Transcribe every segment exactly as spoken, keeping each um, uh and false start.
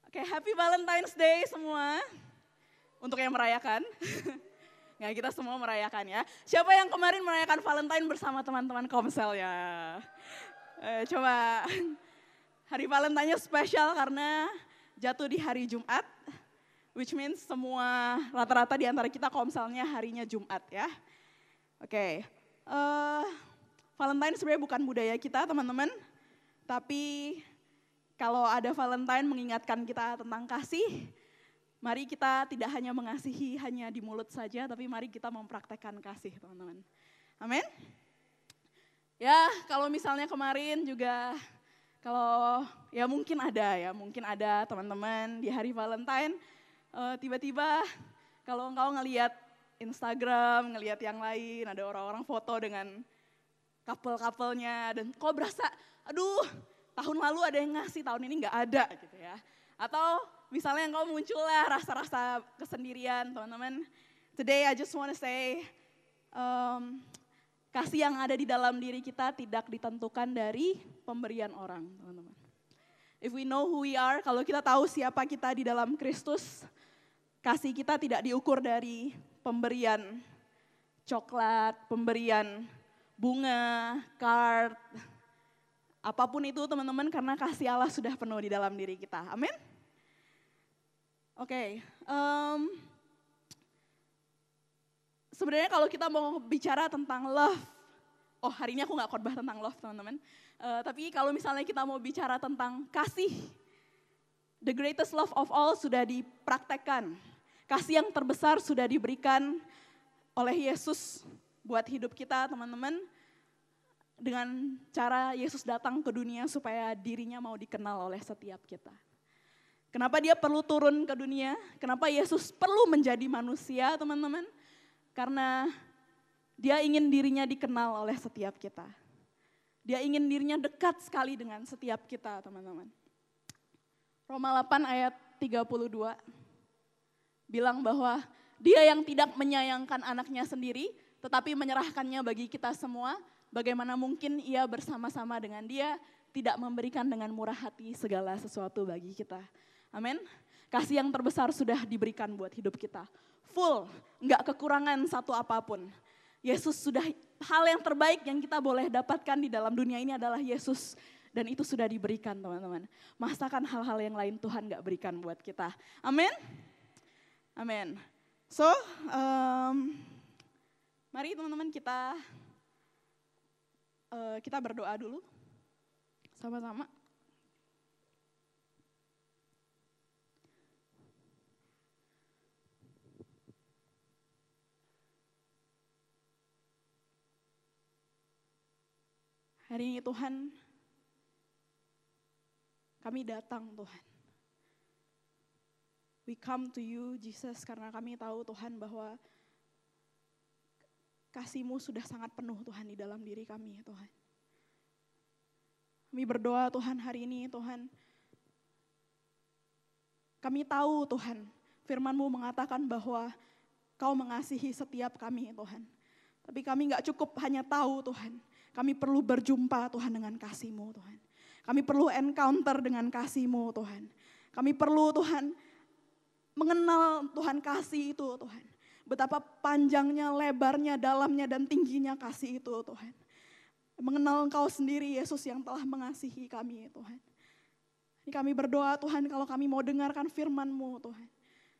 Oke, happy Valentine's Day semua. Untuk yang merayakan. Nggak, kita semua merayakan ya. Siapa yang kemarin merayakan Valentine bersama teman-teman Komsel ya? Eh, coba, hari Valentine-nya spesial karena jatuh di hari Jumat. Which means semua rata-rata di antara kita Komselnya harinya Jumat ya. Oke, uh, Valentine sebenarnya bukan budaya kita teman-teman. Tapi kalau ada Valentine mengingatkan kita tentang kasih, mari kita tidak hanya mengasihi hanya di mulut saja, tapi mari kita mempraktekkan kasih teman-teman. Amin. Ya kalau misalnya kemarin juga, kalau ya mungkin ada ya, mungkin ada teman-teman di hari Valentine, uh, tiba-tiba kalau engkau ngelihat Instagram, ngelihat yang lain, ada orang-orang foto dengan couple-couplenya, dan kok berasa, aduh tahun lalu ada yang ngasih, tahun ini nggak ada gitu ya. Atau misalnya engkau muncullah rasa-rasa kesendirian teman-teman. Today I just want to say, um, kasih yang ada di dalam diri kita tidak ditentukan dari pemberian orang teman-teman. If we know who we are, kalau kita tahu siapa kita di dalam Kristus, kasih kita tidak diukur dari pemberian coklat, pemberian bunga, card, apapun itu teman-teman, karena kasih Allah sudah penuh di dalam diri kita. Amin. Oke, okay, um, sebenarnya kalau kita mau bicara tentang love, oh hari ini aku gak khotbah tentang love teman-teman, uh, tapi kalau misalnya kita mau bicara tentang kasih, the greatest love of all sudah dipraktekkan. Kasih yang terbesar sudah diberikan oleh Yesus buat hidup kita teman-teman, dengan cara Yesus datang ke dunia supaya dirinya mau dikenal oleh setiap kita. Kenapa dia perlu turun ke dunia? Kenapa Yesus perlu menjadi manusia teman-teman? Karena dia ingin dirinya dikenal oleh setiap kita. Dia ingin dirinya dekat sekali dengan setiap kita teman-teman. Roma delapan ayat tiga puluh dua bilang bahwa dia yang tidak menyayangkan anaknya sendiri, tetapi menyerahkannya bagi kita semua, bagaimana mungkin ia bersama-sama dengan dia tidak memberikan dengan murah hati segala sesuatu bagi kita. Amin. Kasih yang terbesar sudah diberikan buat hidup kita. Full, enggak kekurangan satu apapun. Yesus sudah, hal yang terbaik yang kita boleh dapatkan di dalam dunia ini adalah Yesus. Dan itu sudah diberikan teman-teman. Masakan hal-hal yang lain Tuhan enggak berikan buat kita. Amin. Amin. So, um, mari teman-teman kita uh, kita berdoa dulu sama-sama. Hari ini Tuhan, kami datang Tuhan. We come to you Jesus karena kami tahu Tuhan bahwa kasih-Mu sudah sangat penuh Tuhan di dalam diri kami Tuhan. Kami berdoa Tuhan hari ini Tuhan. Kami tahu Tuhan, firman-Mu mengatakan bahwa Kau mengasihi setiap kami Tuhan. Tapi kami gak cukup hanya tahu Tuhan. Kami perlu berjumpa Tuhan dengan kasih-Mu Tuhan. Kami perlu encounter dengan kasih-Mu Tuhan. Kami perlu Tuhan mengenal Tuhan kasih itu Tuhan. Betapa panjangnya, lebarnya, dalamnya, dan tingginya kasih itu Tuhan. Mengenal Engkau sendiri Yesus yang telah mengasihi kami Tuhan. Ini kami berdoa Tuhan kalau kami mau dengarkan firman-Mu Tuhan.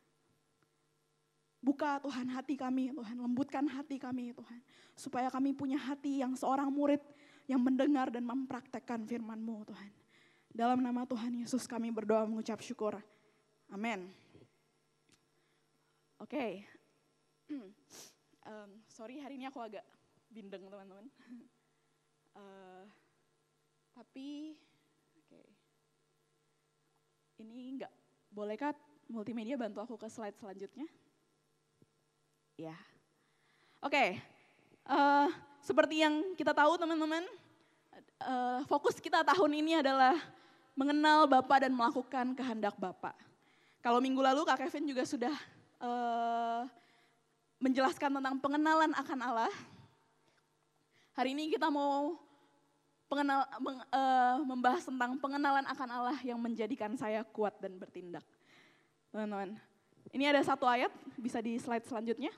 Buka Tuhan hati kami Tuhan, lembutkan hati kami Tuhan. Supaya kami punya hati yang seorang murid yang mendengar dan mempraktekkan firman-Mu Tuhan. Dalam nama Tuhan Yesus kami berdoa mengucap syukur. Amin. Oke, okay. um, sorry hari ini aku agak bindeng teman-teman. uh, tapi, oke, okay. Ini enggak, bolehkah multimedia bantu aku ke slide selanjutnya? Ya, oke, okay. uh, seperti yang kita tahu teman-teman, uh, fokus kita tahun ini adalah mengenal Bapa dan melakukan kehendak Bapa. Kalau minggu lalu Kak Kevin juga sudah Uh, menjelaskan tentang pengenalan akan Allah. Hari ini kita mau pengenal, meng, uh, membahas tentang pengenalan akan Allah yang menjadikan saya kuat dan bertindak. Teman-teman, ini ada satu ayat, bisa di slide selanjutnya.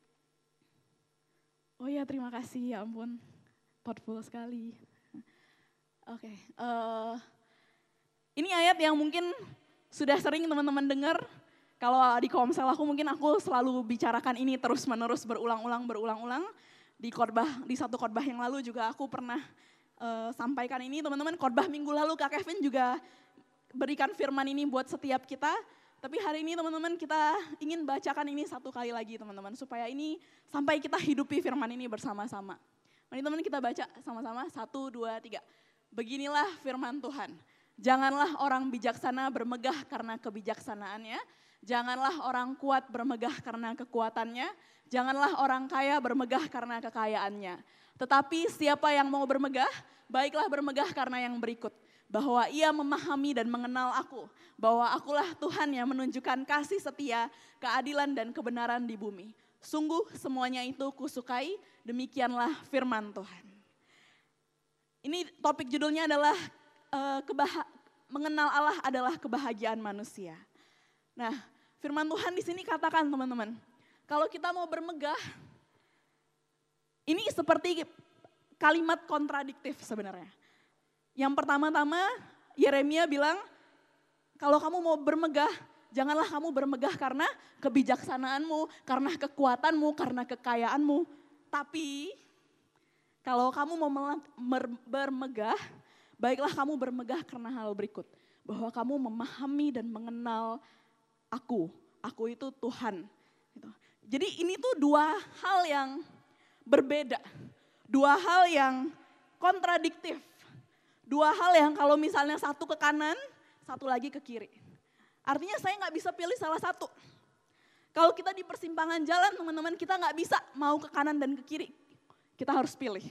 Oh ya, terima kasih, ya ampun, thoughtful sekali. Oke, okay, uh, ini ayat yang mungkin sudah sering teman-teman dengar. Kalau di Komsel aku mungkin aku selalu bicarakan ini terus-menerus berulang-ulang, berulang-ulang. Di khotbah, di satu khotbah yang lalu juga aku pernah uh, sampaikan ini, teman-teman. Khotbah minggu lalu Kak Kevin juga berikan firman ini buat setiap kita. Tapi hari ini teman-teman kita ingin bacakan ini satu kali lagi teman-teman. Supaya ini sampai kita hidupi firman ini bersama-sama. Mari teman-teman kita baca sama-sama, satu, dua, tiga. Beginilah firman Tuhan. Janganlah orang bijaksana bermegah karena kebijaksanaannya. Janganlah orang kuat bermegah karena kekuatannya. Janganlah orang kaya bermegah karena kekayaannya. Tetapi siapa yang mau bermegah, baiklah bermegah karena yang berikut. Bahwa ia memahami dan mengenal aku. Bahwa akulah Tuhan yang menunjukkan kasih setia, keadilan dan kebenaran di bumi. Sungguh semuanya itu kusukai, demikianlah firman Tuhan. Ini topik judulnya adalah uh, kebaha- mengenal Allah adalah kebahagiaan manusia. Nah, firman Tuhan di sini katakan teman-teman, kalau kita mau bermegah, ini seperti kalimat kontradiktif sebenarnya. Yang pertama-tama Yeremia bilang, kalau kamu mau bermegah, janganlah kamu bermegah karena kebijaksanaanmu, karena kekuatanmu, karena kekayaanmu. Tapi kalau kamu mau bermegah, baiklah kamu bermegah karena hal berikut. Bahwa kamu memahami dan mengenal aku. Aku itu Tuhan. Jadi ini tuh dua hal yang berbeda. Dua hal yang kontradiktif. Dua hal yang kalau misalnya satu ke kanan, satu lagi ke kiri. Artinya saya nggak bisa pilih salah satu. Kalau kita di persimpangan jalan teman-teman, kita nggak bisa mau ke kanan dan ke kiri. Kita harus pilih.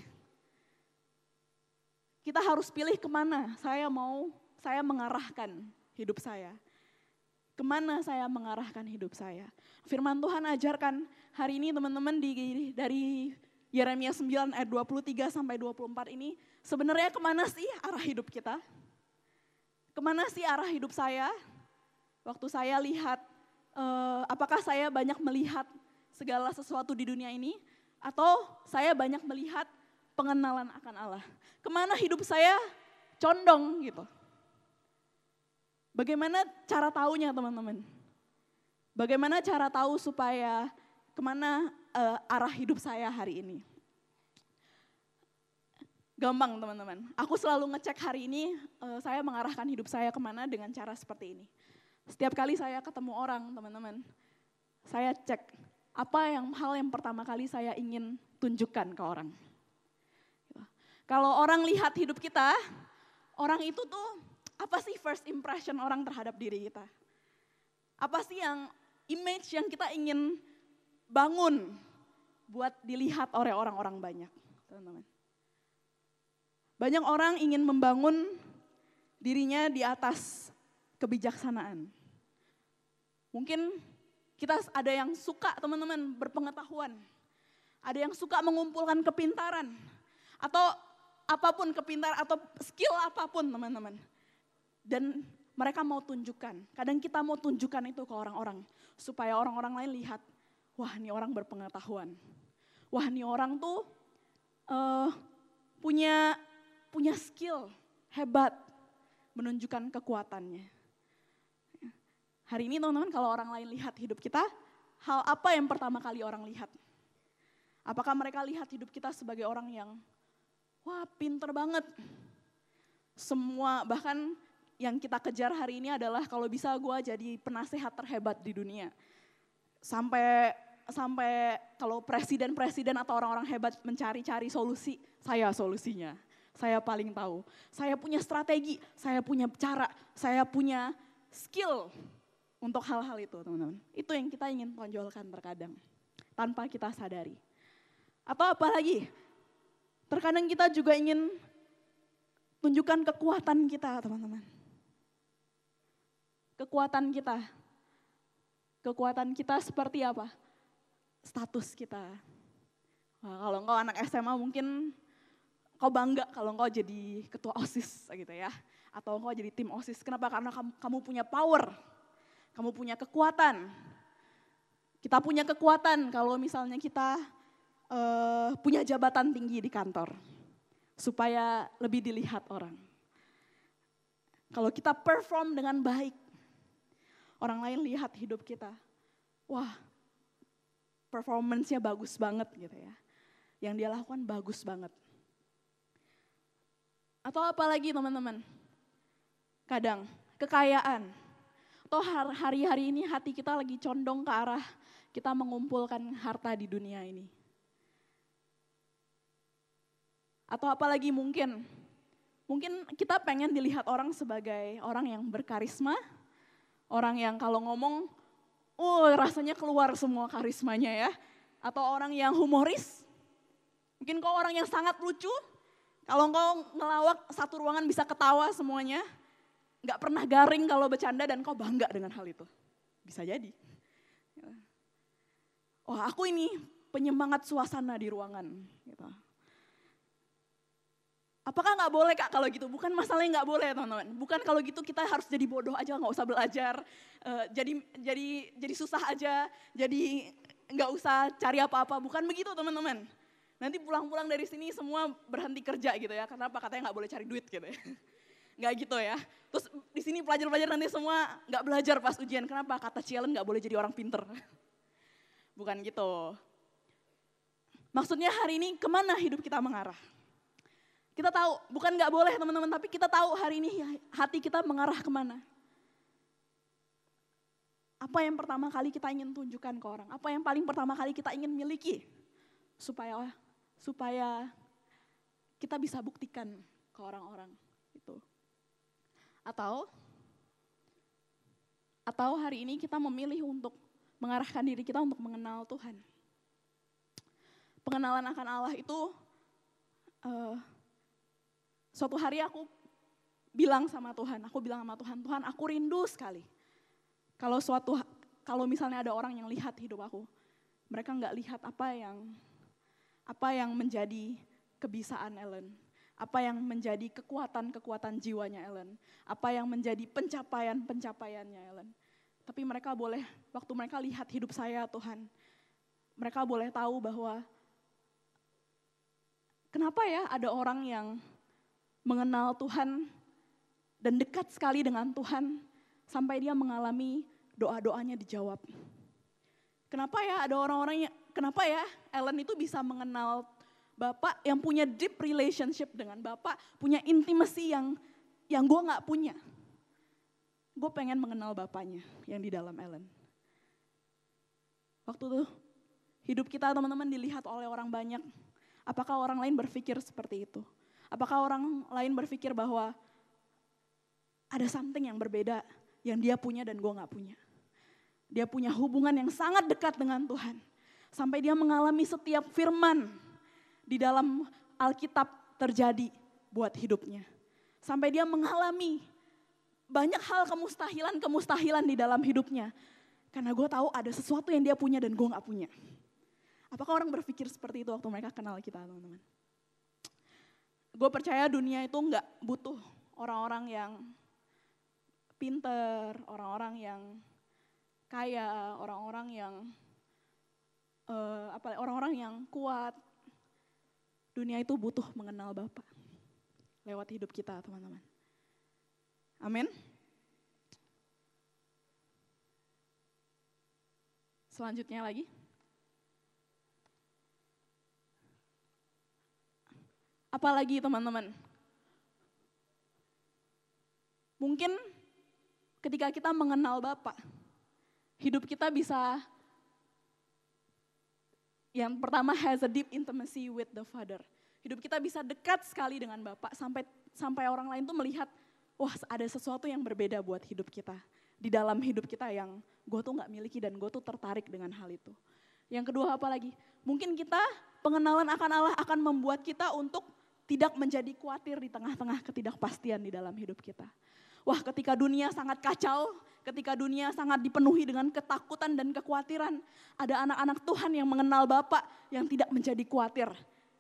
Kita harus pilih kemana saya mau, saya mengarahkan hidup saya. Kemana saya mengarahkan hidup saya. Firman Tuhan ajarkan hari ini teman-teman di, dari Yeremia sembilan ayat dua puluh tiga sampai dua puluh empat ini. Sebenarnya kemana sih arah hidup kita? Kemana sih arah hidup saya? Waktu saya lihat, eh, apakah saya banyak melihat segala sesuatu di dunia ini? Atau saya banyak melihat pengenalan akan Allah. Kemana hidup saya condong gitu. Bagaimana cara taunya teman-teman? Bagaimana cara tahu supaya kemana uh, arah hidup saya hari ini? Gampang teman-teman. Aku selalu ngecek hari ini uh, saya mengarahkan hidup saya kemana dengan cara seperti ini. Setiap kali saya ketemu orang teman-teman, saya cek. Apa yang hal yang pertama kali saya ingin tunjukkan ke orang. Kalau orang lihat hidup kita, orang itu tuh apa sih first impression orang terhadap diri kita? Apa sih yang image yang kita ingin bangun buat dilihat oleh orang-orang banyak, teman-teman. Banyak orang ingin membangun dirinya di atas kebijaksanaan. Mungkin kita ada yang suka teman-teman berpengetahuan. Ada yang suka mengumpulkan kepintaran. Atau apapun kepintaran atau skill apapun teman-teman. Dan mereka mau tunjukkan. Kadang kita mau tunjukkan itu ke orang-orang. Supaya orang-orang lain lihat. Wah ini orang berpengetahuan. Wah ini orang tuh uh, punya, punya skill hebat. Menunjukkan kekuatannya. Hari ini teman-teman kalau orang lain lihat hidup kita, hal apa yang pertama kali orang lihat? Apakah mereka lihat hidup kita sebagai orang yang, wah pinter banget. Semua bahkan yang kita kejar hari ini adalah kalau bisa gue jadi penasehat terhebat di dunia. Sampai sampai kalau presiden-presiden atau orang-orang hebat mencari-cari solusi, saya solusinya. Saya paling tahu. Saya punya strategi, saya punya cara, saya punya skill. Untuk hal-hal itu teman-teman. Itu yang kita ingin tonjolkan terkadang. Tanpa kita sadari. Atau apalagi, terkadang kita juga ingin tunjukkan kekuatan kita teman-teman. Kekuatan kita. Kekuatan kita seperti apa? Status kita. Nah, kalau engkau anak S M A mungkin kau bangga kalau kau jadi ketua OSIS gitu ya. Atau kau jadi tim OSIS. Kenapa? Karena kamu, kamu punya power. Kamu punya kekuatan. Kita punya kekuatan kalau misalnya kita uh, punya jabatan tinggi di kantor. Supaya lebih dilihat orang. Kalau kita perform dengan baik. Orang lain lihat hidup kita. Wah, performance-nya bagus banget gitu ya. Yang dia lakukan bagus banget. Atau apalagi teman-teman? Kadang kekayaan. Atau hari-hari ini hati kita lagi condong ke arah kita mengumpulkan harta di dunia ini. Atau apalagi mungkin, mungkin kita pengen dilihat orang sebagai orang yang berkarisma, orang yang kalau ngomong, oh rasanya keluar semua karismanya ya. Atau orang yang humoris, mungkin kau orang yang sangat lucu, kalau kau ngelawak satu ruangan bisa ketawa semuanya, gak pernah garing kalau bercanda dan kau bangga dengan hal itu. Bisa jadi. Oh aku ini penyemangat suasana di ruangan. Gitu. Apakah gak boleh Kak kalau gitu? Bukan masalahnya gak boleh teman-teman. Bukan kalau gitu kita harus jadi bodoh aja, gak usah belajar. Uh, jadi jadi jadi susah aja, jadi gak usah cari apa-apa. Bukan begitu teman-teman. Nanti pulang-pulang dari sini semua berhenti kerja gitu ya. Kenapa? Katanya gak boleh cari duit gitu ya. Gak gitu ya. Terus di sini pelajar-pelajar nanti semua gak belajar pas ujian. Kenapa? Kata Cielen gak boleh jadi orang pinter. Bukan gitu. Maksudnya hari ini kemana hidup kita mengarah? Kita tahu, bukan gak boleh teman-teman, tapi kita tahu hari ini hati kita mengarah kemana. Apa yang pertama kali kita ingin tunjukkan ke orang? Apa yang paling pertama kali kita ingin miliki? Supaya supaya kita bisa buktikan ke orang-orang itu. Atau atau hari ini kita memilih untuk mengarahkan diri kita untuk mengenal Tuhan. Pengenalan akan Allah itu uh, suatu hari aku bilang sama Tuhan, aku bilang sama Tuhan, Tuhan aku rindu sekali. Kalau suatu kalau misalnya ada orang yang lihat hidup aku, mereka nggak lihat apa yang apa yang menjadi kebisaan Ellen, apa yang menjadi kekuatan-kekuatan jiwanya Ellen, apa yang menjadi pencapaian-pencapaiannya Ellen. Tapi mereka boleh, waktu mereka lihat hidup saya Tuhan, mereka boleh tahu bahwa kenapa ya ada orang yang mengenal Tuhan dan dekat sekali dengan Tuhan sampai dia mengalami doa-doanya dijawab. Kenapa ya ada orang-orang yang, kenapa ya Ellen itu bisa mengenal Bapak yang punya deep relationship dengan Bapak, punya intimacy yang yang gue gak punya. Gue pengen mengenal Bapaknya yang di dalam Ellen. Waktu itu hidup kita teman-teman dilihat oleh orang banyak. Apakah orang lain berpikir seperti itu? Apakah orang lain berpikir bahwa ada something yang berbeda yang dia punya dan gue gak punya. Dia punya hubungan yang sangat dekat dengan Tuhan. Sampai dia mengalami setiap firman di dalam Alkitab terjadi buat hidupnya. Sampai dia mengalami banyak hal kemustahilan-kemustahilan di dalam hidupnya. Karena gue tahu ada sesuatu yang dia punya dan gue gak punya. Apakah orang berpikir seperti itu waktu mereka kenal kita teman-teman? Gue percaya dunia itu gak butuh orang-orang yang pinter, orang-orang yang kaya, orang-orang yang uh, apa orang-orang yang kuat. Dunia itu butuh mengenal Bapa lewat hidup kita, teman-teman. Amin. Selanjutnya lagi. Apalagi teman-teman? Mungkin ketika kita mengenal Bapa, hidup kita bisa yang pertama has a deep intimacy with the Father. Hidup kita bisa dekat sekali dengan Bapa sampai sampai orang lain tuh melihat, wah ada sesuatu yang berbeda buat hidup kita. Di dalam hidup kita yang gue tuh gak miliki dan gue tuh tertarik dengan hal itu. Yang kedua apa lagi? Mungkin kita pengenalan akan Allah akan membuat kita untuk tidak menjadi khawatir di tengah-tengah ketidakpastian di dalam hidup kita. Wah ketika dunia sangat kacau, ketika dunia sangat dipenuhi dengan ketakutan dan kekhawatiran, ada anak-anak Tuhan yang mengenal Bapa yang tidak menjadi khawatir.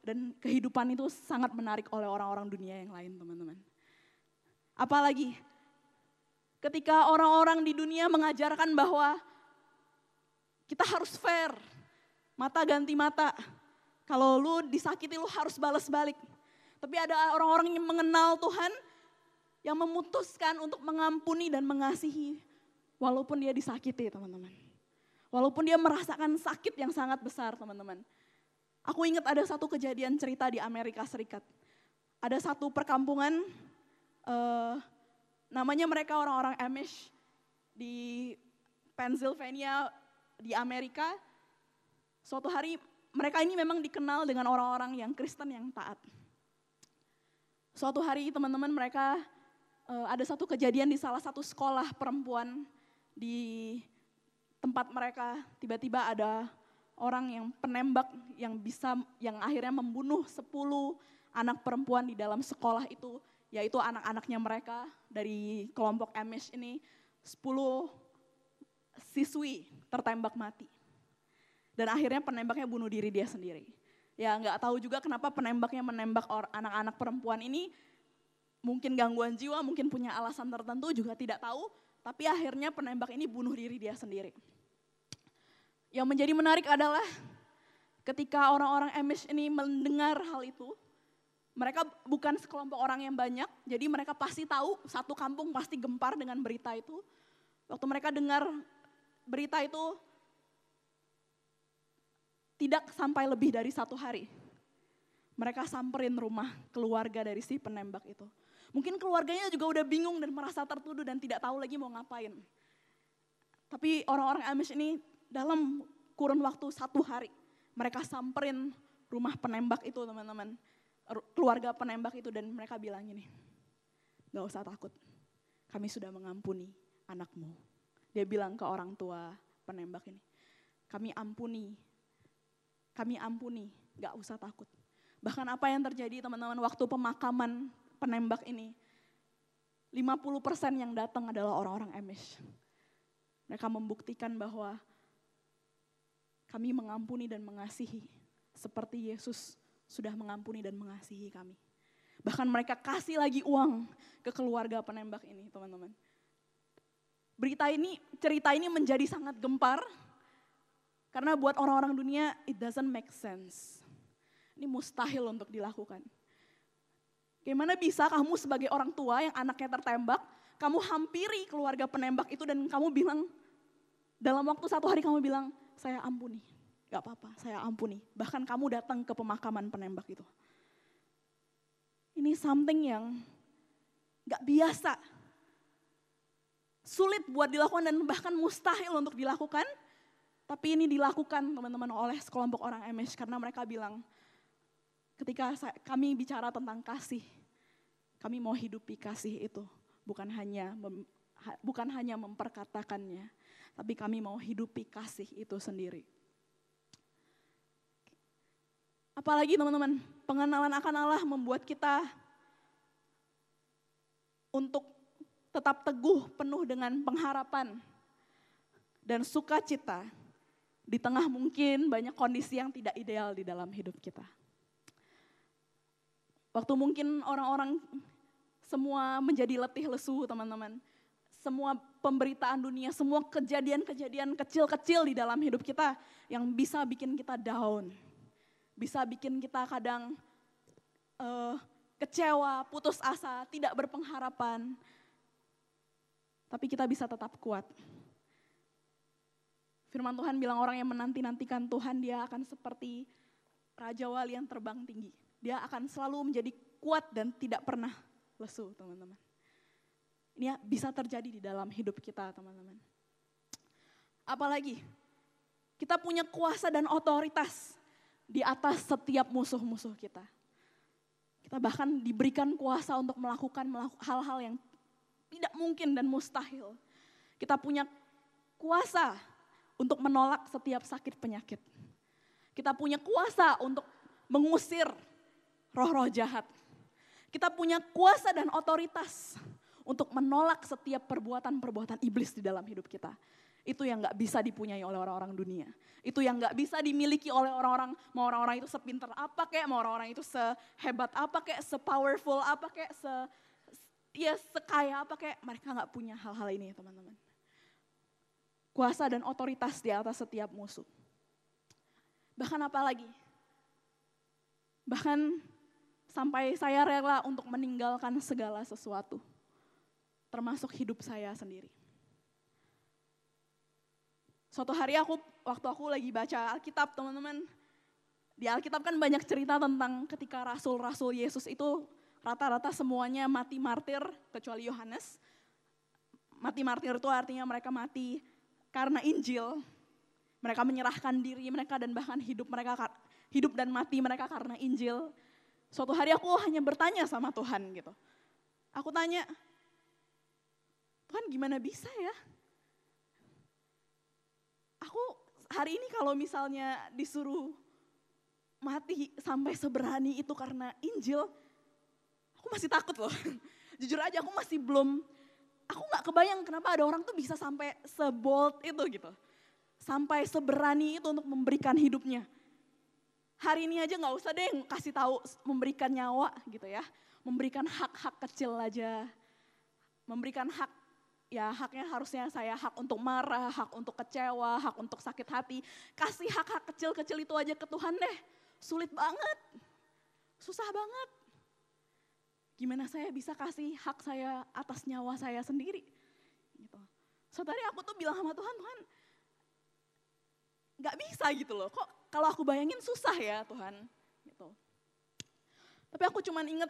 Dan kehidupan itu sangat menarik oleh orang-orang dunia yang lain, teman-teman. Apalagi ketika orang-orang di dunia mengajarkan bahwa kita harus fair, mata ganti mata. Kalau lu disakiti lu harus balas balik. Tapi ada orang-orang yang mengenal Tuhan yang memutuskan untuk mengampuni dan mengasihi walaupun dia disakiti, teman-teman. Walaupun dia merasakan sakit yang sangat besar, teman-teman. Aku ingat ada satu kejadian cerita di Amerika Serikat. Ada satu perkampungan, uh, namanya mereka orang-orang Amish di Pennsylvania di Amerika. Suatu hari mereka ini memang dikenal dengan orang-orang yang Kristen yang taat. Suatu hari teman-teman mereka uh, ada satu kejadian di salah satu sekolah perempuan di tempat mereka. Tiba-tiba ada orang yang penembak yang bisa, yang akhirnya membunuh sepuluh anak perempuan di dalam sekolah itu, yaitu anak-anaknya mereka dari kelompok Amish ini, sepuluh siswi tertembak mati. Dan akhirnya penembaknya bunuh diri dia sendiri. Ya nggak tahu juga kenapa penembaknya menembak anak-anak perempuan ini, mungkin gangguan jiwa, mungkin punya alasan tertentu, juga tidak tahu, tapi akhirnya penembak ini bunuh diri dia sendiri. Yang menjadi menarik adalah ketika orang-orang Amish ini mendengar hal itu, mereka bukan sekelompok orang yang banyak, jadi mereka pasti tahu, satu kampung pasti gempar dengan berita itu. Waktu mereka dengar berita itu, tidak sampai lebih dari satu hari, mereka samperin rumah keluarga dari si penembak itu. Mungkin keluarganya juga udah bingung dan merasa tertuduh dan tidak tahu lagi mau ngapain. Tapi orang-orang Amish ini dalam kurun waktu satu hari, mereka samperin rumah penembak itu, teman-teman. Keluarga penembak itu, dan mereka bilang gini, gak usah takut, kami sudah mengampuni anakmu. Dia bilang ke orang tua penembak ini, kami ampuni, kami ampuni, gak usah takut. Bahkan apa yang terjadi, teman-teman, waktu pemakaman penembak ini, lima puluh persen yang datang adalah orang-orang Amish. Mereka membuktikan bahwa kami mengampuni dan mengasihi seperti Yesus sudah mengampuni dan mengasihi kami. Bahkan mereka kasih lagi uang ke keluarga penembak ini, teman-teman. Berita ini, cerita ini menjadi sangat gempar karena buat orang-orang dunia it doesn't make sense. Ini mustahil untuk dilakukan. Gimana bisa kamu sebagai orang tua yang anaknya tertembak, kamu hampiri keluarga penembak itu dan kamu bilang, dalam waktu satu hari kamu bilang, saya ampuni, gak apa-apa, saya ampuni. Bahkan kamu datang ke pemakaman penembak itu. Ini something yang gak biasa. Sulit buat dilakukan dan bahkan mustahil untuk dilakukan. Tapi ini dilakukan, teman-teman, oleh sekelompok orang Amish karena mereka bilang, ketika kami bicara tentang kasih, kami mau hidupi kasih itu. Bukan hanya mem, bukan hanya memperkatakannya, tapi kami mau hidupi kasih itu sendiri. Apalagi teman-teman, pengenalan akan Allah membuat kita untuk tetap teguh penuh dengan pengharapan dan sukacita di tengah mungkin banyak kondisi yang tidak ideal di dalam hidup kita. Waktu mungkin orang-orang semua menjadi letih lesu, teman-teman. Semua pemberitaan dunia, semua kejadian-kejadian kecil-kecil di dalam hidup kita yang bisa bikin kita down. Bisa bikin kita kadang uh, kecewa, putus asa, tidak berpengharapan. Tapi kita bisa tetap kuat. Firman Tuhan bilang orang yang menanti-nantikan Tuhan, dia akan seperti Raja Wali yang terbang tinggi. Dia akan selalu menjadi kuat dan tidak pernah lesu, teman-teman. Ini bisa terjadi di dalam hidup kita, teman-teman. Apalagi, kita punya kuasa dan otoritas di atas setiap musuh-musuh kita. Kita bahkan diberikan kuasa untuk melakukan hal-hal yang tidak mungkin dan mustahil. Kita punya kuasa untuk menolak setiap sakit penyakit. Kita punya kuasa untuk mengusir roh-roh jahat. Kita punya kuasa dan otoritas untuk menolak setiap perbuatan-perbuatan iblis di dalam hidup kita. Itu yang gak bisa dipunyai oleh orang-orang dunia. Itu yang gak bisa dimiliki oleh orang-orang, mau orang-orang itu sepinter apa kek, mau orang-orang itu sehebat apa kek, sepowerful apa kek, se, ya sekaya apa kek, mereka gak punya hal-hal ini teman-teman. Kuasa dan otoritas di atas setiap musuh. Bahkan apa lagi? Bahkan sampai saya rela untuk meninggalkan segala sesuatu. Termasuk hidup saya sendiri. Suatu hari aku, waktu aku lagi baca Alkitab teman-teman. Di Alkitab kan banyak cerita tentang ketika rasul-rasul Yesus itu rata-rata semuanya mati martir kecuali Yohanes. Mati martir itu artinya mereka mati karena Injil. Mereka menyerahkan diri mereka dan bahkan hidup mereka hidup dan mati mereka karena Injil. Suatu hari aku hanya bertanya sama Tuhan gitu. Aku tanya, Tuhan gimana bisa ya? Aku hari ini kalau misalnya disuruh mati sampai seberani itu karena Injil, aku masih takut loh. Jujur aja aku masih belum, aku gak kebayang kenapa ada orang tuh bisa sampai sebold itu gitu. Sampai seberani itu untuk memberikan hidupnya. Hari ini aja gak usah deh kasih tahu memberikan nyawa gitu ya. Memberikan hak-hak kecil aja. Memberikan hak, ya haknya harusnya saya hak untuk marah, hak untuk kecewa, hak untuk sakit hati. Kasih hak-hak kecil-kecil itu aja ke Tuhan deh. Sulit banget. Susah banget. Gimana saya bisa kasih hak saya atas nyawa saya sendiri. Gitu. So tadi aku tuh bilang sama Tuhan, Tuhan gak bisa gitu loh. Kok kalau aku bayangin susah ya Tuhan. Gitu. Tapi aku cuman inget,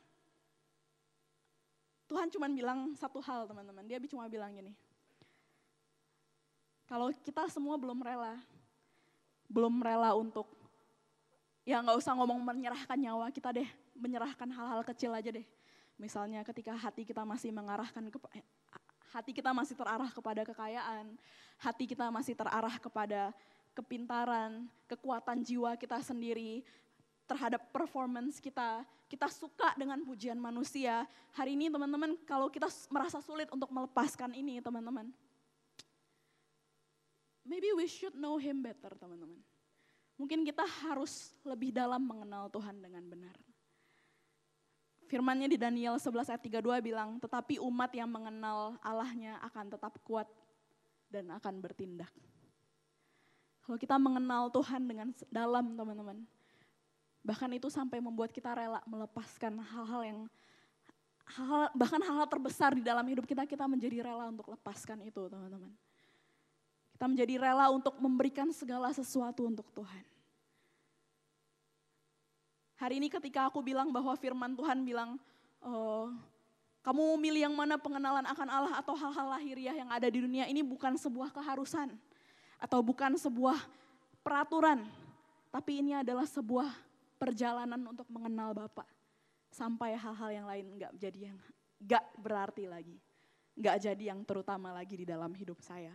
Tuhan cuman bilang satu hal teman-teman. Dia cuma bilang gini, kalau kita semua belum rela, belum rela untuk, ya gak usah ngomong menyerahkan nyawa kita deh, menyerahkan hal-hal kecil aja deh. Misalnya ketika hati kita masih mengarahkan, ke, hati kita masih terarah kepada kekayaan, hati kita masih terarah kepada kepintaran, kekuatan jiwa kita sendiri, terhadap performance kita, kita suka dengan pujian manusia. Hari ini teman-teman kalau kita merasa sulit untuk melepaskan ini teman-teman, maybe we should know him better teman-teman. Mungkin kita harus lebih dalam mengenal Tuhan dengan benar. Firman-Nya di Daniel sebelas ayat tiga puluh dua bilang, tetapi umat yang mengenal Allahnya akan tetap kuat dan akan bertindak. Kalau kita mengenal Tuhan dengan dalam teman-teman, bahkan itu sampai membuat kita rela melepaskan hal-hal yang, hal, bahkan hal-hal terbesar di dalam hidup kita, kita menjadi rela untuk lepaskan itu teman-teman. Kita menjadi rela untuk memberikan segala sesuatu untuk Tuhan. Hari ini ketika aku bilang bahwa firman Tuhan bilang, oh, kamu mau milih yang mana, pengenalan akan Allah atau hal-hal lahiriah yang ada di dunia, ini bukan sebuah keharusan. Atau bukan sebuah peraturan, tapi ini adalah sebuah perjalanan untuk mengenal Bapa. Sampai hal-hal yang lain gak jadi yang gak berarti lagi. Gak jadi yang terutama lagi di dalam hidup saya.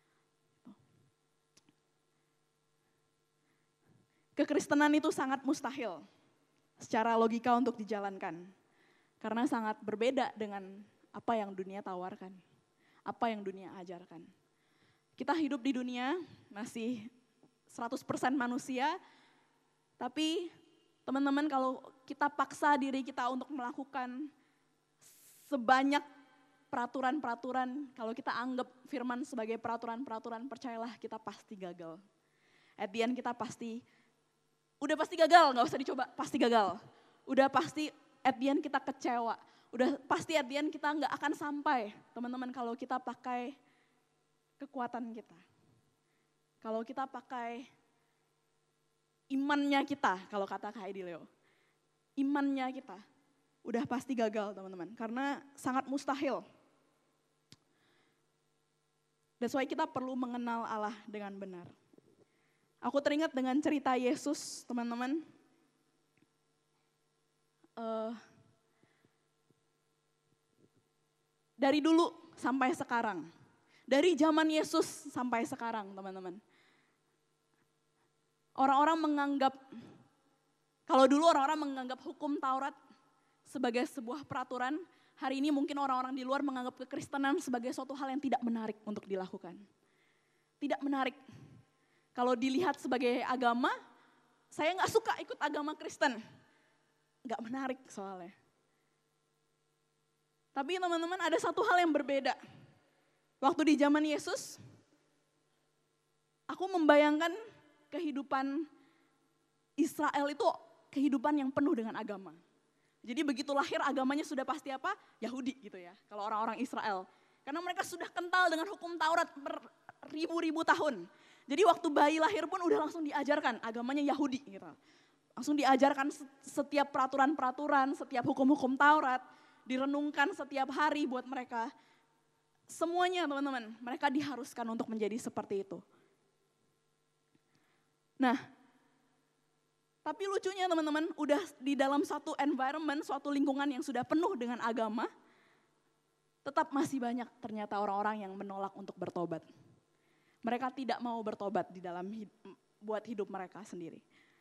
Kekristenan itu sangat mustahil secara logika untuk dijalankan. Karena sangat berbeda dengan apa yang dunia tawarkan. Apa yang dunia ajarkan. Kita hidup di dunia masih seratus persen manusia, tapi teman-teman kalau kita paksa diri kita untuk melakukan sebanyak peraturan-peraturan, kalau kita anggap firman sebagai peraturan-peraturan, percayalah kita pasti gagal. At the end kita pasti, udah pasti gagal, gak usah dicoba, pasti gagal. Udah pasti at the end kita kecewa, udah pasti at the end kita gak akan sampai. Teman-teman kalau kita pakai kekuatan kita. Kalau kita pakai imannya kita, kalau kata Kak Edi Leo. Imannya kita, udah pasti gagal teman-teman. Karena sangat mustahil. That's why kita perlu mengenal Allah dengan benar. Aku teringat dengan cerita Yesus teman-teman. Uh, dari dulu sampai sekarang. Dari zaman Yesus sampai sekarang teman-teman. Orang-orang menganggap, kalau dulu orang-orang menganggap hukum Taurat sebagai sebuah peraturan, hari ini mungkin orang-orang di luar menganggap kekristenan sebagai suatu hal yang tidak menarik untuk dilakukan. Tidak menarik. Kalau dilihat sebagai agama, saya nggak suka ikut agama Kristen. Nggak menarik soalnya. Tapi teman-teman ada satu hal yang berbeda. Waktu di zaman Yesus, aku membayangkan kehidupan Israel itu kehidupan yang penuh dengan agama. Jadi begitu lahir agamanya sudah pasti apa? Yahudi gitu ya, kalau orang-orang Israel. Karena mereka sudah kental dengan hukum Taurat beribu-ribu tahun. Jadi waktu bayi lahir pun udah langsung diajarkan agamanya Yahudi gitu. Langsung diajarkan setiap peraturan-peraturan, setiap hukum-hukum Taurat, direnungkan setiap hari buat mereka. Semuanya teman-teman, mereka diharuskan untuk menjadi seperti itu. Nah, tapi lucunya teman-teman, udah di dalam satu environment, suatu lingkungan yang sudah penuh dengan agama, tetap masih banyak ternyata orang-orang yang menolak untuk bertobat. Mereka tidak mau bertobat di dalam hidup, buat hidup mereka sendiri.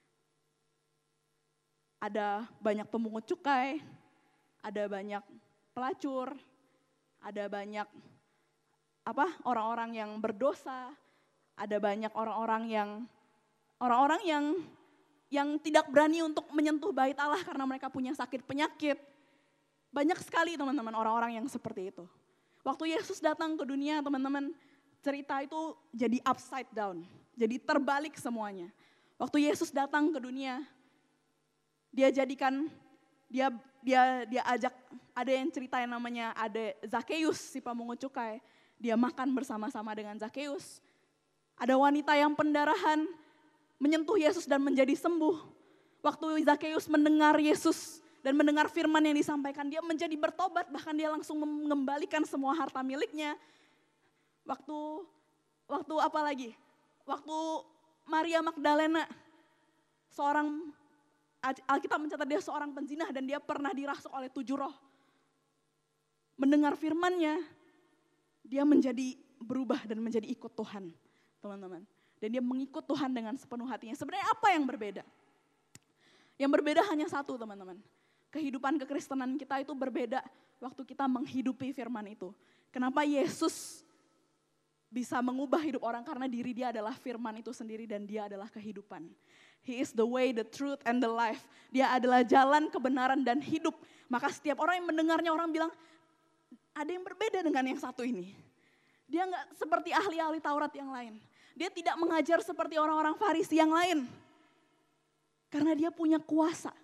Ada banyak pemungut cukai, ada banyak pelacur, ada banyak apa orang-orang yang berdosa, ada banyak orang-orang yang orang-orang yang yang tidak berani untuk menyentuh bait Allah karena mereka punya sakit penyakit. Banyak sekali teman-teman orang-orang yang seperti itu. Waktu Yesus datang ke dunia teman-teman, cerita itu jadi upside down. Jadi terbalik semuanya. Waktu Yesus datang ke dunia, dia jadikan, dia dia dia ajak, ada yang cerita yang namanya ada Zakeus si pemungut cukai. Dia makan bersama-sama dengan Zakeus. Ada wanita yang pendarahan, menyentuh Yesus dan menjadi sembuh. Waktu Zakeus mendengar Yesus dan mendengar firman yang disampaikan, dia menjadi bertobat, bahkan dia langsung mengembalikan semua harta miliknya. Waktu waktu apa lagi? Waktu Maria Magdalena, seorang Alkitab mencatat dia seorang penzina dan dia pernah dirasuk oleh tujuh roh. Mendengar firman-Nya, dia menjadi berubah dan menjadi ikut Tuhan, teman-teman. Dan dia mengikut Tuhan dengan sepenuh hatinya. Sebenarnya apa yang berbeda? Yang berbeda hanya satu teman-teman. Kehidupan kekristenan kita itu berbeda waktu kita menghidupi firman itu. Kenapa Yesus bisa mengubah hidup orang? Karena diri dia adalah firman itu sendiri dan dia adalah kehidupan. He is the way, the truth, and the life. Dia adalah jalan, kebenaran, dan hidup. Maka setiap orang yang mendengarnya orang bilang, ada yang berbeda dengan yang satu ini. Dia nggak seperti ahli-ahli Taurat yang lain. Dia tidak mengajar seperti orang-orang Farisi yang lain. Karena dia punya kuasa.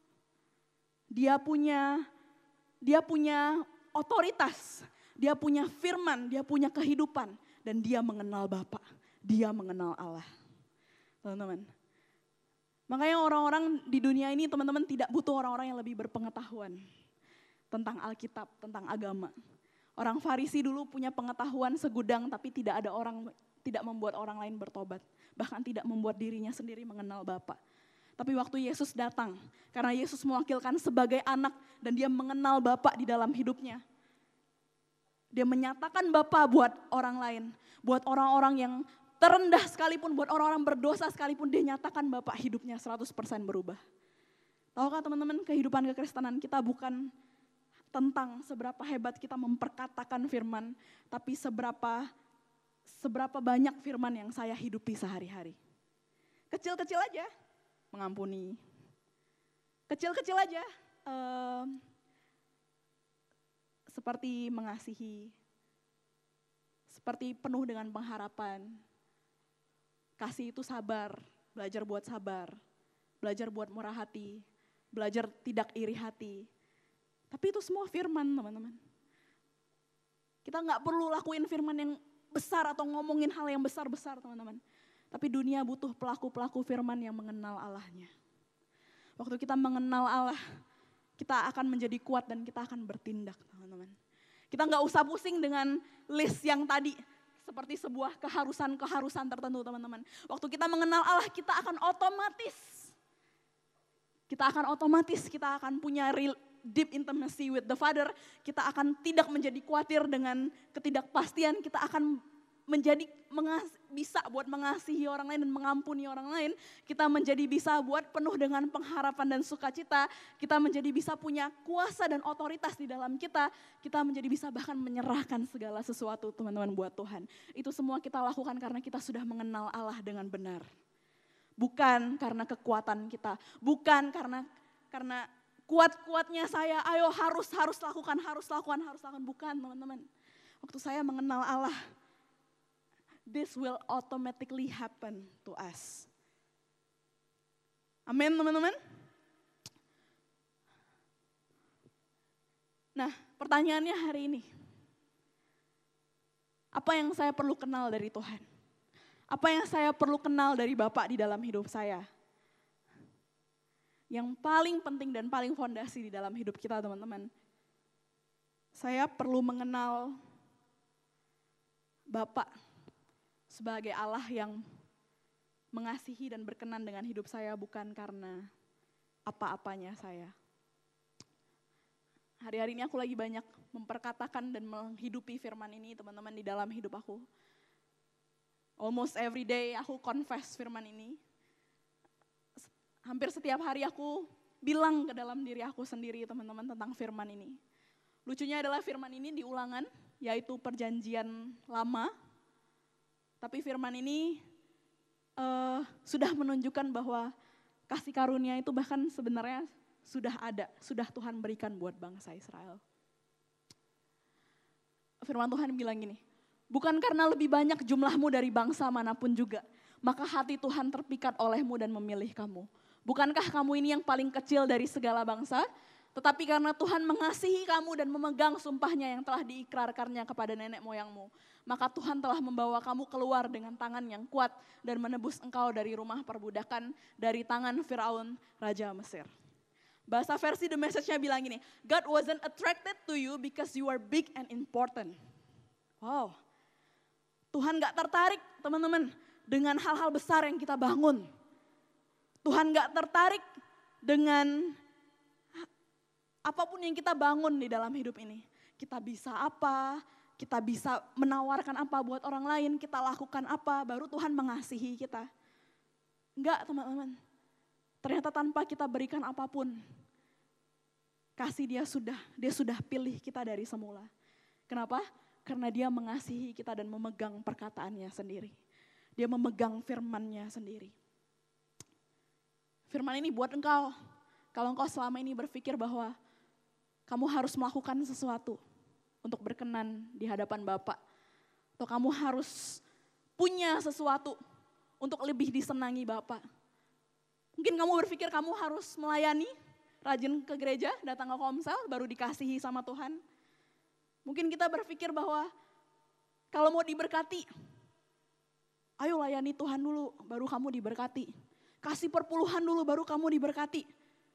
Dia punya dia punya otoritas. Dia punya firman, dia punya kehidupan. Dan dia mengenal Bapa. Dia mengenal Allah. Teman-teman. Makanya orang-orang di dunia ini teman-teman tidak butuh orang-orang yang lebih berpengetahuan. Tentang Alkitab, tentang agama. Orang Farisi dulu punya pengetahuan segudang tapi tidak ada orang tidak membuat orang lain bertobat. Bahkan tidak membuat dirinya sendiri mengenal Bapa. Tapi waktu Yesus datang, karena Yesus mewakilkan sebagai anak dan dia mengenal Bapa di dalam hidupnya. Dia menyatakan Bapa buat orang lain, buat orang-orang yang terendah sekalipun, buat orang-orang berdosa sekalipun, dia nyatakan Bapa, hidupnya seratus persen berubah. Tahukah teman-teman, kehidupan kekristenan kita bukan tentang seberapa hebat kita memperkatakan firman, tapi seberapa Seberapa banyak firman yang saya hidupi sehari-hari. Kecil-kecil aja, mengampuni. Kecil-kecil aja, eh, seperti mengasihi. Seperti penuh dengan pengharapan. Kasih itu sabar, belajar buat sabar. Belajar buat murah hati. Belajar tidak iri hati. Tapi itu semua firman teman-teman. Kita gak perlu lakuin firman yang besar atau ngomongin hal yang besar-besar teman-teman. Tapi dunia butuh pelaku-pelaku firman yang mengenal Allahnya. Waktu kita mengenal Allah, kita akan menjadi kuat dan kita akan bertindak teman-teman. Kita gak usah pusing dengan list yang tadi. Seperti sebuah keharusan-keharusan tertentu teman-teman. Waktu kita mengenal Allah, kita akan otomatis. Kita akan otomatis, kita akan punya real deep intimacy with the Father, kita akan tidak menjadi khawatir dengan ketidakpastian, kita akan menjadi mengas, bisa buat mengasihi orang lain dan mengampuni orang lain, kita menjadi bisa buat penuh dengan pengharapan dan sukacita, kita menjadi bisa punya kuasa dan otoritas di dalam kita, kita menjadi bisa bahkan menyerahkan segala sesuatu teman-teman buat Tuhan. Itu semua kita lakukan karena kita sudah mengenal Allah dengan benar. Bukan karena kekuatan kita, bukan karena karena kuat-kuatnya saya, ayo harus harus lakukan, harus lakukan, harus lakukan, bukan teman-teman. Waktu saya mengenal Allah, this will automatically happen to us. Amin teman-teman. Nah, pertanyaannya hari ini, apa yang saya perlu kenal dari Tuhan? Apa yang saya perlu kenal dari Bapak di dalam hidup saya? Yang paling penting dan paling fondasi di dalam hidup kita teman-teman, saya perlu mengenal Bapak sebagai Allah yang mengasihi dan berkenan dengan hidup saya, bukan karena apa-apanya saya. Hari-hari ini aku lagi banyak memperkatakan dan menghidupi firman ini teman-teman di dalam hidup aku. Almost every day aku confess firman ini. Hampir setiap hari aku bilang ke dalam diri aku sendiri teman-teman tentang firman ini. Lucunya adalah firman ini di Ulangan, yaitu perjanjian lama. Tapi firman ini uh, sudah menunjukkan bahwa kasih karunia itu bahkan sebenarnya sudah ada, sudah Tuhan berikan buat bangsa Israel. Firman Tuhan bilang gini, bukan karena lebih banyak jumlahmu dari bangsa manapun juga, maka hati Tuhan terpikat olehmu dan memilih kamu. Bukankah kamu ini yang paling kecil dari segala bangsa? Tetapi karena Tuhan mengasihi kamu dan memegang sumpahnya yang telah diikrarkannya kepada nenek moyangmu, maka Tuhan telah membawa kamu keluar dengan tangan yang kuat dan menebus engkau dari rumah perbudakan, dari tangan Firaun, Raja Mesir. Bahasa versi The Message-nya bilang gini, God wasn't attracted to you because you are big and important. Wow, Tuhan gak tertarik teman-teman dengan hal-hal besar yang kita bangun. Tuhan gak tertarik dengan apapun yang kita bangun di dalam hidup ini. Kita bisa apa, kita bisa menawarkan apa buat orang lain, kita lakukan apa, baru Tuhan mengasihi kita. Enggak teman-teman, ternyata tanpa kita berikan apapun, kasih dia sudah, dia sudah pilih kita dari semula. Kenapa? Karena dia mengasihi kita dan memegang perkataannya sendiri. Dia memegang firman-Nya sendiri. Firman ini buat engkau, kalau engkau selama ini berpikir bahwa kamu harus melakukan sesuatu untuk berkenan di hadapan Bapa. Atau kamu harus punya sesuatu untuk lebih disenangi Bapa. Mungkin kamu berpikir kamu harus melayani, rajin ke gereja, datang ke komsel, baru dikasihi sama Tuhan. Mungkin kita berpikir bahwa kalau mau diberkati, ayo layani Tuhan dulu, baru kamu diberkati. Kasih perpuluhan dulu, baru kamu diberkati.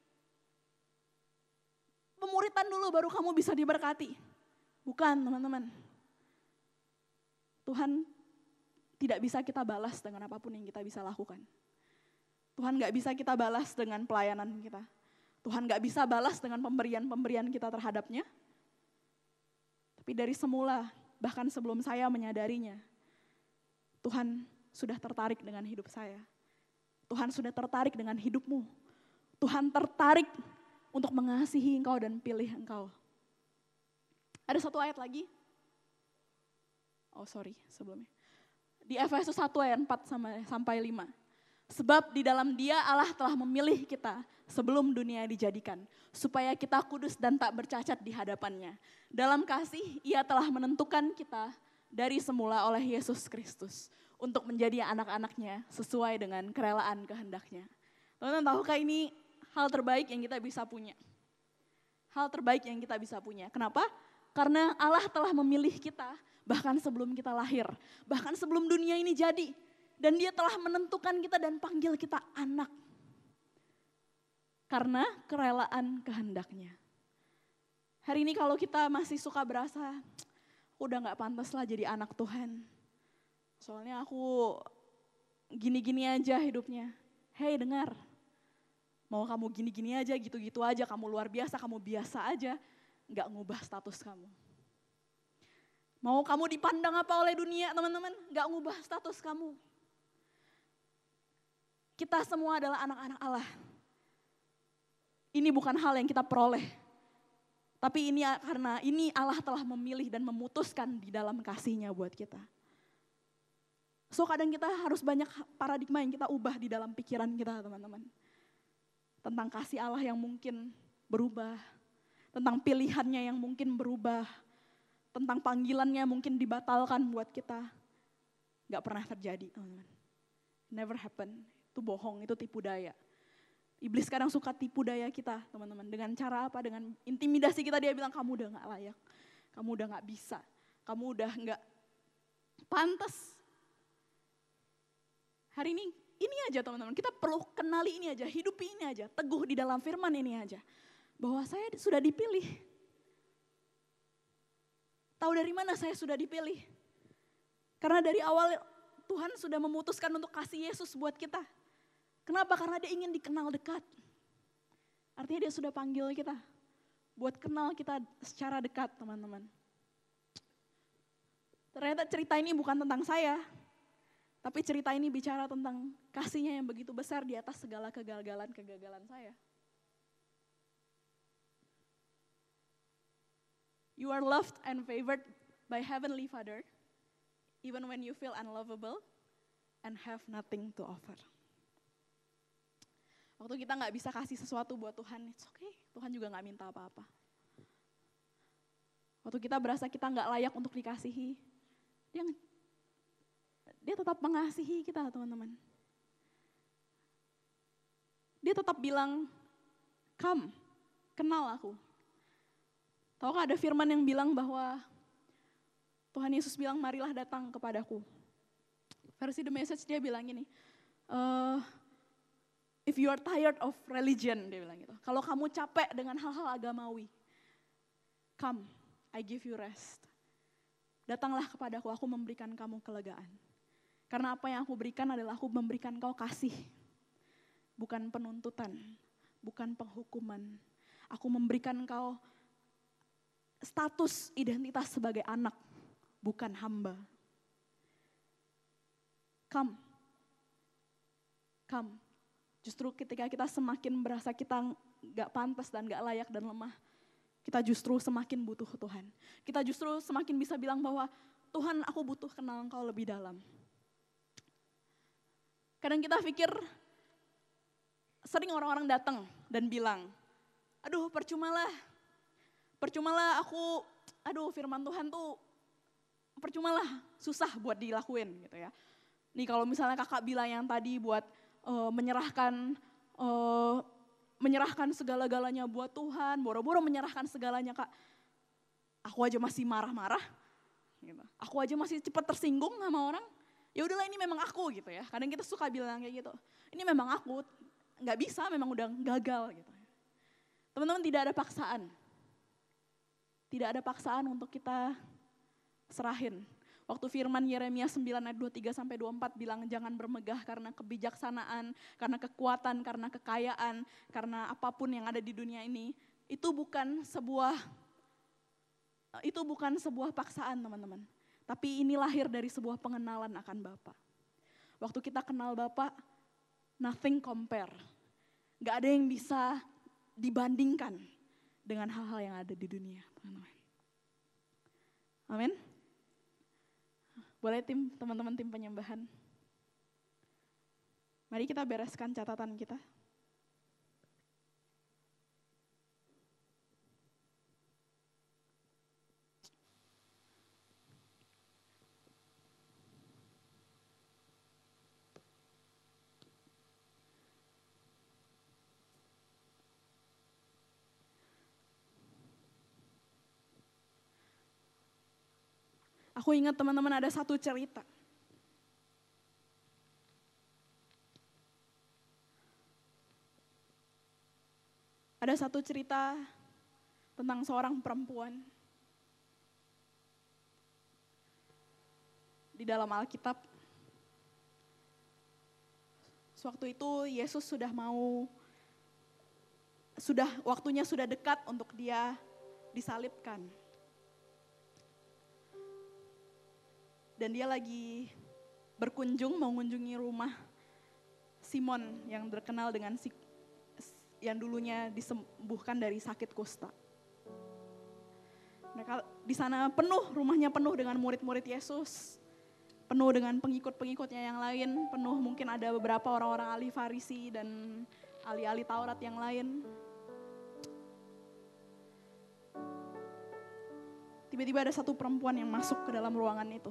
Pemuritan dulu baru kamu bisa diberkati. Bukan teman-teman. Tuhan tidak bisa kita balas dengan apapun yang kita bisa lakukan. Tuhan gak bisa kita balas dengan pelayanan kita. Tuhan gak bisa balas dengan pemberian-pemberian kita terhadapnya. Tapi dari semula, bahkan sebelum saya menyadarinya, Tuhan sudah tertarik dengan hidup saya. Tuhan sudah tertarik dengan hidupmu. Tuhan tertarik untuk mengasihi engkau dan pilih engkau. Ada satu ayat lagi. Oh sorry, sebelumnya. Di Efesus satu ayat empat sampai lima. Sebab di dalam Dia Allah telah memilih kita sebelum dunia dijadikan, supaya kita kudus dan tak bercacat di hadapan-Nya. Dalam kasih Ia telah menentukan kita dari semula oleh Yesus Kristus untuk menjadi anak-anak-Nya sesuai dengan kerelaan kehendak-Nya. Teman-teman, tahukah ini hal terbaik yang kita bisa punya? Hal terbaik yang kita bisa punya. Kenapa? Karena Allah telah memilih kita bahkan sebelum kita lahir, bahkan sebelum dunia ini jadi. Dan Dia telah menentukan kita dan panggil kita anak. Karena kerelaan kehendak-Nya. Hari ini kalau kita masih suka berasa, udah gak pantas lah jadi anak Tuhan. Soalnya aku gini-gini aja hidupnya. Hei dengar, mau kamu gini-gini aja, gitu-gitu aja, kamu luar biasa, kamu biasa aja, gak ngubah status kamu. Mau kamu dipandang apa oleh dunia teman-teman, gak ngubah status kamu. Kita semua adalah anak-anak Allah. Ini bukan hal yang kita peroleh. Tapi ini karena ini Allah telah memilih dan memutuskan di dalam kasih-Nya buat kita. So kadang kita harus banyak paradigma yang kita ubah di dalam pikiran kita teman-teman. Tentang kasih Allah yang mungkin berubah. Tentang pilihannya yang mungkin berubah. Tentang panggilannya mungkin dibatalkan buat kita. Gak pernah terjadi teman-teman. Never happen. Itu bohong, itu tipu daya. Iblis kadang suka tipu daya kita teman-teman. Dengan cara apa? Dengan intimidasi kita, dia bilang kamu udah gak layak. Kamu udah gak bisa. Kamu udah gak pantas. Hari ini, ini aja teman-teman. Kita perlu kenali ini aja, hidupi ini aja. Teguh di dalam firman ini aja. Bahwa saya sudah dipilih. Tahu dari mana saya sudah dipilih? Karena dari awal Tuhan sudah memutuskan untuk kasih Yesus buat kita. Kenapa? Karena dia ingin dikenal dekat. Artinya dia sudah panggil kita. Buat kenal kita secara dekat teman-teman. Ternyata cerita ini bukan tentang saya. Tapi cerita ini bicara tentang kasih-Nya yang begitu besar di atas segala kegagalan-kegagalan saya. You are loved and favored by Heavenly Father. Even when you feel unlovable and have nothing to offer. Waktu kita gak bisa kasih sesuatu buat Tuhan, it's okay. Tuhan juga gak minta apa-apa. Waktu kita berasa kita gak layak untuk dikasihi, dia, dia tetap mengasihi kita teman-teman. Dia tetap bilang, come, kenal aku. Tahukah ada firman yang bilang bahwa Tuhan Yesus bilang, marilah datang kepadaku. Versi The Message dia bilang gini, uh, if you are tired of religion, dia bilang gitu. Kalau kamu capek dengan hal-hal agamawi, come, I give you rest. Datanglah kepadaku, aku memberikan kamu kelegaan. Karena apa yang aku berikan adalah aku memberikan kau kasih. Bukan penuntutan, bukan penghukuman. Aku memberikan kau status identitas sebagai anak, bukan hamba. Come, come. Justru ketika kita semakin merasa kita gak pantas dan gak layak dan lemah, kita justru semakin butuh Tuhan. Kita justru semakin bisa bilang bahwa Tuhan, aku butuh kenal Engkau lebih dalam. Kadang kita pikir, sering orang-orang datang dan bilang, aduh percumalah, percumalah aku, aduh firman Tuhan tuh percumalah, susah buat dilakuin gitu ya. Nih kalau misalnya kakak bilang yang tadi buat uh, menyerahkan uh, menyerahkan segala-galanya buat Tuhan, boro-boro menyerahkan segalanya kak. Aku aja masih marah-marah, gitu. Aku aja masih cepat tersinggung sama orang. Ya udahlah ini memang aku gitu ya. Kadang kita suka bilang kayak gitu. Ini memang aku, nggak bisa, memang udah gagal gitu. Teman-teman tidak ada paksaan, tidak ada paksaan untuk kita serahin. Waktu firman Yeremia sembilan ayat dua puluh tiga sampai dua puluh empat bilang jangan bermegah karena kebijaksanaan, karena kekuatan, karena kekayaan, karena apapun yang ada di dunia ini, itu bukan sebuah itu bukan sebuah paksaan teman-teman. Tapi ini lahir dari sebuah pengenalan akan Bapa. Waktu kita kenal Bapa, nothing compare. Gak ada yang bisa dibandingkan dengan hal-hal yang ada di dunia, teman-teman. Amin. Boleh tim, teman-teman tim penyembahan. Mari kita bereskan catatan kita. Aku ingat teman-teman ada satu cerita. Ada satu cerita tentang seorang perempuan di dalam Alkitab. Sewaktu itu Yesus sudah mau, sudah waktunya sudah dekat untuk dia disalibkan. Dan dia lagi berkunjung, mau mengunjungi rumah Simon yang terkenal dengan si, yang dulunya disembuhkan dari sakit kusta. Mereka di sana penuh, rumahnya penuh dengan murid-murid Yesus. Penuh dengan pengikut-pengikutnya yang lain, penuh mungkin ada beberapa orang-orang ahli Farisi dan ahli-ahli Taurat yang lain. Tiba-tiba ada satu perempuan yang masuk ke dalam ruangan itu.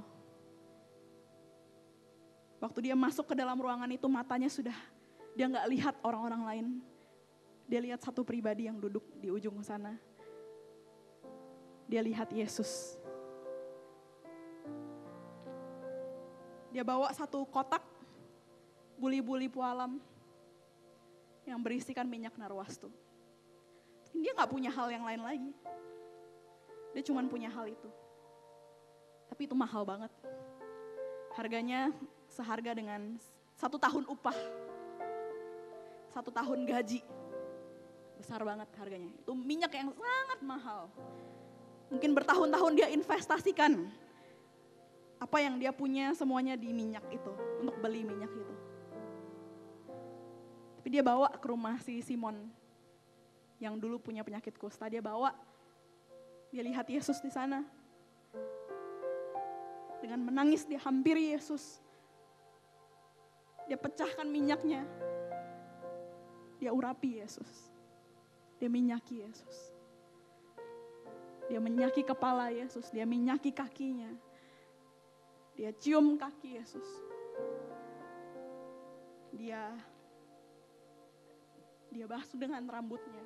Waktu dia masuk ke dalam ruangan itu, matanya sudah, dia gak lihat orang-orang lain. Dia lihat satu pribadi yang duduk di ujung sana. Dia lihat Yesus. Dia bawa satu kotak buli-buli pualam yang berisikan minyak narwastu. Dia gak punya hal yang lain lagi. Dia cuma punya hal itu. Tapi itu mahal banget. Harganya seharga dengan satu tahun upah. Satu tahun gaji. Besar banget harganya. Itu minyak yang sangat mahal. Mungkin bertahun-tahun dia investasikan apa yang dia punya semuanya di minyak itu, untuk beli minyak itu. Tapi dia bawa ke rumah si Simon yang dulu punya penyakit kusta. Dia bawa, dia lihat Yesus di sana. Dengan menangis dia hampiri Yesus. Dia pecahkan minyaknya. Dia urapi Yesus. Dia minyaki Yesus. Dia menyaki kepala Yesus, dia minyaki kakinya. Dia cium kaki Yesus. Dia dia basuh dengan rambutnya.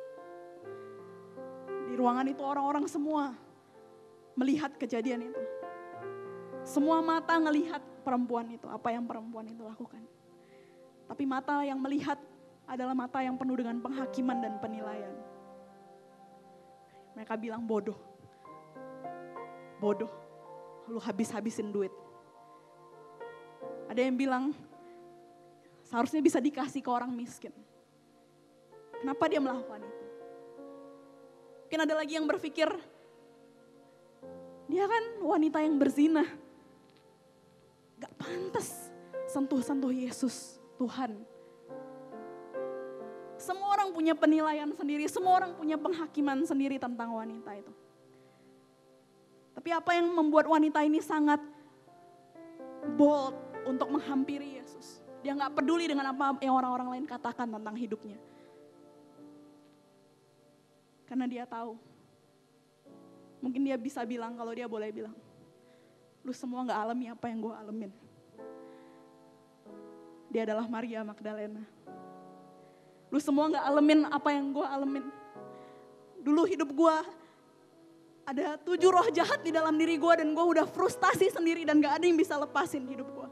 Di ruangan itu orang-orang semua melihat kejadian itu. Semua mata ngelihat perempuan itu, apa yang perempuan itu lakukan. Tapi mata yang melihat adalah mata yang penuh dengan penghakiman dan penilaian. Mereka bilang bodoh. Bodoh. Lu habis-habisin duit. Ada yang bilang seharusnya bisa dikasih ke orang miskin. Kenapa dia melakukan itu? Mungkin ada lagi yang berpikir dia kan wanita yang berzina. Gak pantas sentuh-sentuh Yesus, Tuhan. Semua orang punya penilaian sendiri, semua orang punya penghakiman sendiri tentang wanita itu. Tapi apa yang membuat wanita ini sangat bold untuk menghampiri Yesus? Dia gak peduli dengan apa yang orang-orang lain katakan tentang hidupnya. Karena dia tahu. Mungkin dia bisa bilang, kalau dia boleh bilang, lu semua gak alami apa yang gue alamin. Dia adalah Maria Magdalena. Lu semua gak alamin apa yang gue alamin. Dulu hidup gue ada tujuh roh jahat di dalam diri gue dan gue udah frustasi sendiri dan gak ada yang bisa lepasin hidup gue.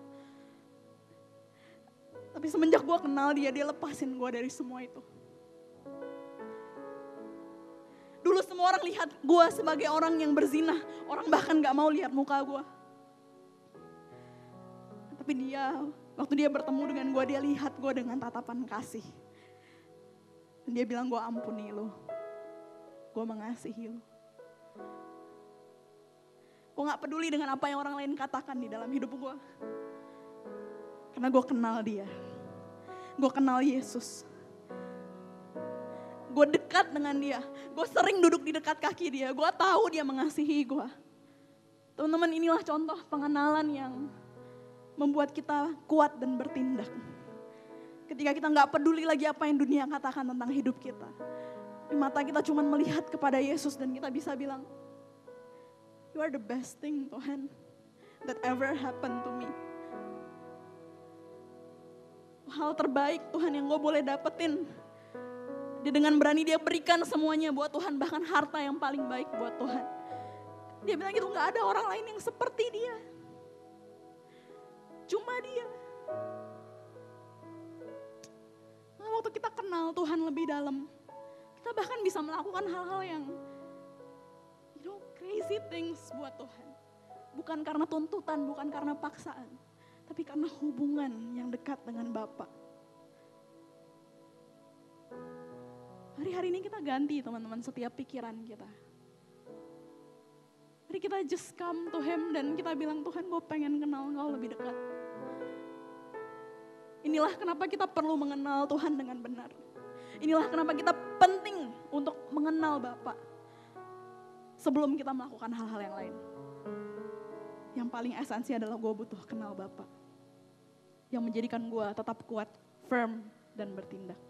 Tapi semenjak gue kenal dia, dia lepasin gue dari semua itu. Dulu semua orang lihat gue sebagai orang yang berzina. Orang bahkan gak mau lihat muka gue. Tapi dia, waktu dia bertemu dengan gue, dia lihat gue dengan tatapan kasih. Dan dia bilang, gue ampuni lu. Gue mengasihi lu. Gue gak peduli dengan apa yang orang lain katakan di dalam hidup gue. Karena gue kenal dia. Gue kenal Yesus. Gue dekat dengan dia. Gue sering duduk di dekat kaki dia. Gue tahu dia mengasihi gue. Teman-teman, inilah contoh pengenalan yang membuat kita kuat dan bertindak. Ketika kita gak peduli lagi apa yang dunia katakan tentang hidup kita. Di mata kita cuma melihat kepada Yesus dan kita bisa bilang, you are the best thing, Tuhan, that ever happened to me. Hal terbaik Tuhan yang gue boleh dapetin. Dia dengan berani dia berikan semuanya buat Tuhan, bahkan harta yang paling baik buat Tuhan. Dia bilang gitu, gak ada orang lain yang seperti dia. Cuma dia. Nah, waktu kita kenal Tuhan lebih dalam, kita bahkan bisa melakukan hal-hal yang you know, crazy things buat Tuhan. Bukan karena tuntutan, bukan karena paksaan. Tapi karena hubungan yang dekat dengan Bapa. Hari-hari ini kita ganti teman-teman setiap pikiran kita. Mari kita just come to Him dan kita bilang, Tuhan gue pengen kenal Engkau lebih dekat. Inilah kenapa kita perlu mengenal Tuhan dengan benar. Inilah kenapa kita penting untuk mengenal Bapa sebelum kita melakukan hal-hal yang lain. Yang paling esensi adalah gue butuh kenal Bapa yang menjadikan gue tetap kuat, firm, dan bertindak.